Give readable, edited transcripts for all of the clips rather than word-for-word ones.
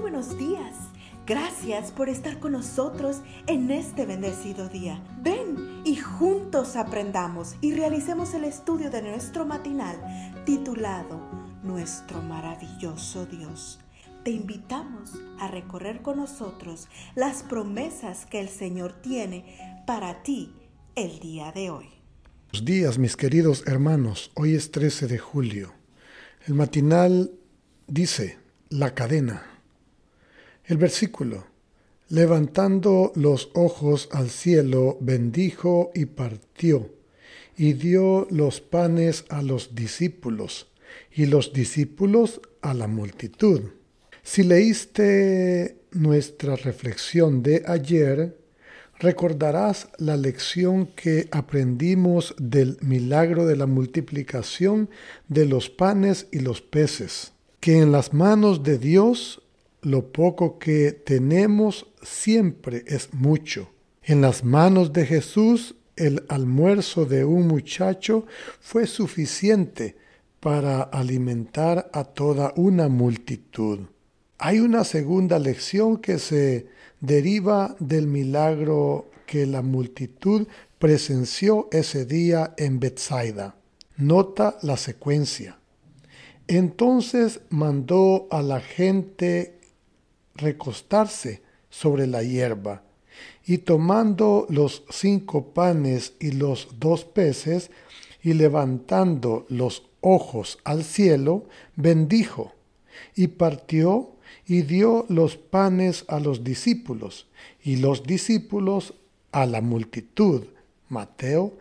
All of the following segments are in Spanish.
buenos días. Gracias por estar con nosotros en este bendecido día. Ven y juntos aprendamos y realicemos el estudio de nuestro matinal titulado Nuestro maravilloso Dios. Te invitamos a recorrer con nosotros las promesas que el Señor tiene para ti el día de hoy. Buenos días, mis queridos hermanos. Hoy es 13 de julio. El matinal dice, la cadena. El versículo, levantando los ojos al cielo, bendijo y partió, y dio los panes a los discípulos, y los discípulos a la multitud. Si leíste nuestra reflexión de ayer, recordarás la lección que aprendimos del milagro de la multiplicación de los panes y los peces, que en las manos de Dios lo poco que tenemos siempre es mucho. En las manos de Jesús el almuerzo de un muchacho fue suficiente para alimentar a toda una multitud. Hay una segunda lección que se deriva del milagro que la multitud presenció ese día en Betsaida. Nota la secuencia. Entonces mandó a la gente recostarse sobre la hierba, y tomando los 5 panes y los 2 peces, y levantando los ojos al cielo, bendijo, y partió, y dio los panes a los discípulos, y los discípulos a la multitud. Mateo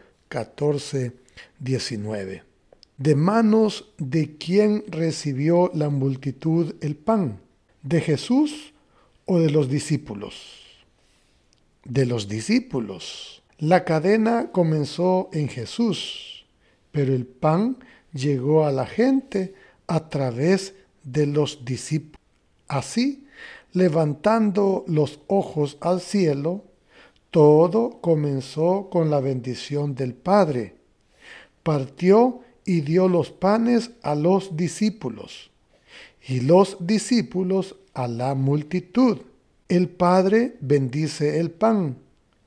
14:19. ¿De manos de quién recibió la multitud el pan? ¿De Jesús o de los discípulos? De los discípulos. La cadena comenzó en Jesús, pero el pan llegó a la gente a través de los discípulos. Así, levantando los ojos al cielo, todo comenzó con la bendición del Padre. Partió y dio los panes a los discípulos, y los discípulos a la multitud. El Padre bendice el pan.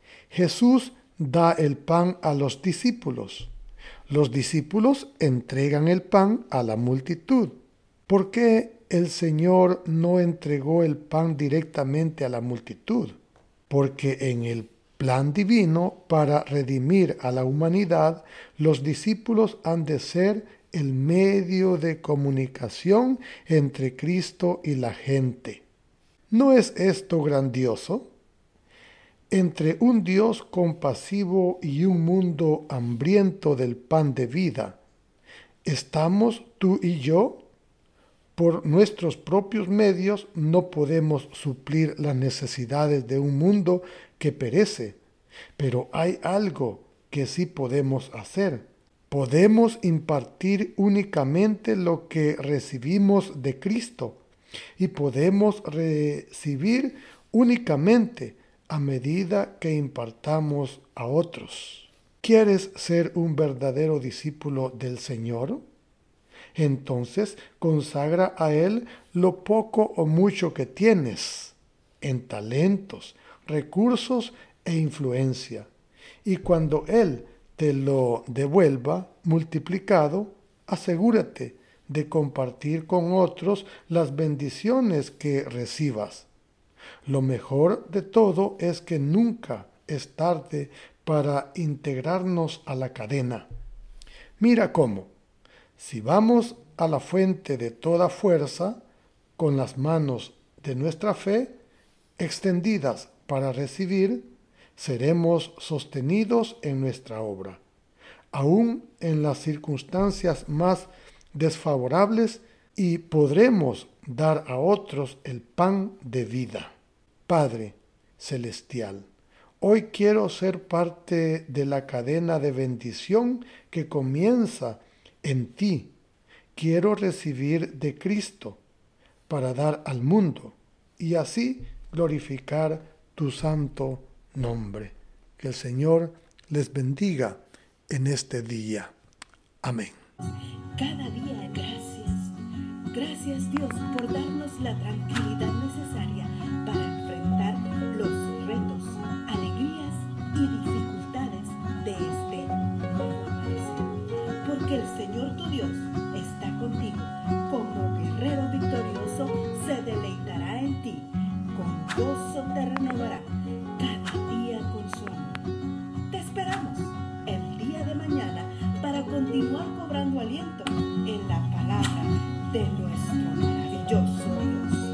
Jesús da el pan a los discípulos. Los discípulos entregan el pan a la multitud. ¿Por qué el Señor no entregó el pan directamente a la multitud? Porque en el plan divino para redimir a la humanidad, los discípulos han de ser el medio de comunicación entre Cristo y la gente. ¿No es esto grandioso? Entre un Dios compasivo y un mundo hambriento del pan de vida, ¿estamos tú y yo? Por nuestros propios medios no podemos suplir las necesidades de un mundo que perece, pero hay algo que sí podemos hacer. Podemos impartir únicamente lo que recibimos de Cristo y podemos recibir únicamente a medida que impartamos a otros. ¿Quieres ser un verdadero discípulo del Señor? Entonces consagra a Él lo poco o mucho que tienes en talentos, recursos e influencia. Y cuando Él te lo devuelva multiplicado, asegúrate de compartir con otros las bendiciones que recibas. Lo mejor de todo es que nunca es tarde para integrarnos a la cadena. Mira cómo. Si vamos a la fuente de toda fuerza, con las manos de nuestra fe extendidas para recibir, seremos sostenidos en nuestra obra. Aún en las circunstancias más desfavorables, y podremos dar a otros el pan de vida. Padre Celestial, hoy quiero ser parte de la cadena de bendición que comienza en ti. Quiero recibir de Cristo para dar al mundo y así glorificar tu santo nombre. Que el Señor les bendiga en este día. Amén. Cada día gracias. Gracias Dios por darnos la tranquilidad necesaria que el Señor tu Dios está contigo. Como guerrero victorioso se deleitará en ti. Con gozo te renovará cada día con su amor. Te esperamos el día de mañana para continuar cobrando aliento en la palabra de nuestro maravilloso Dios.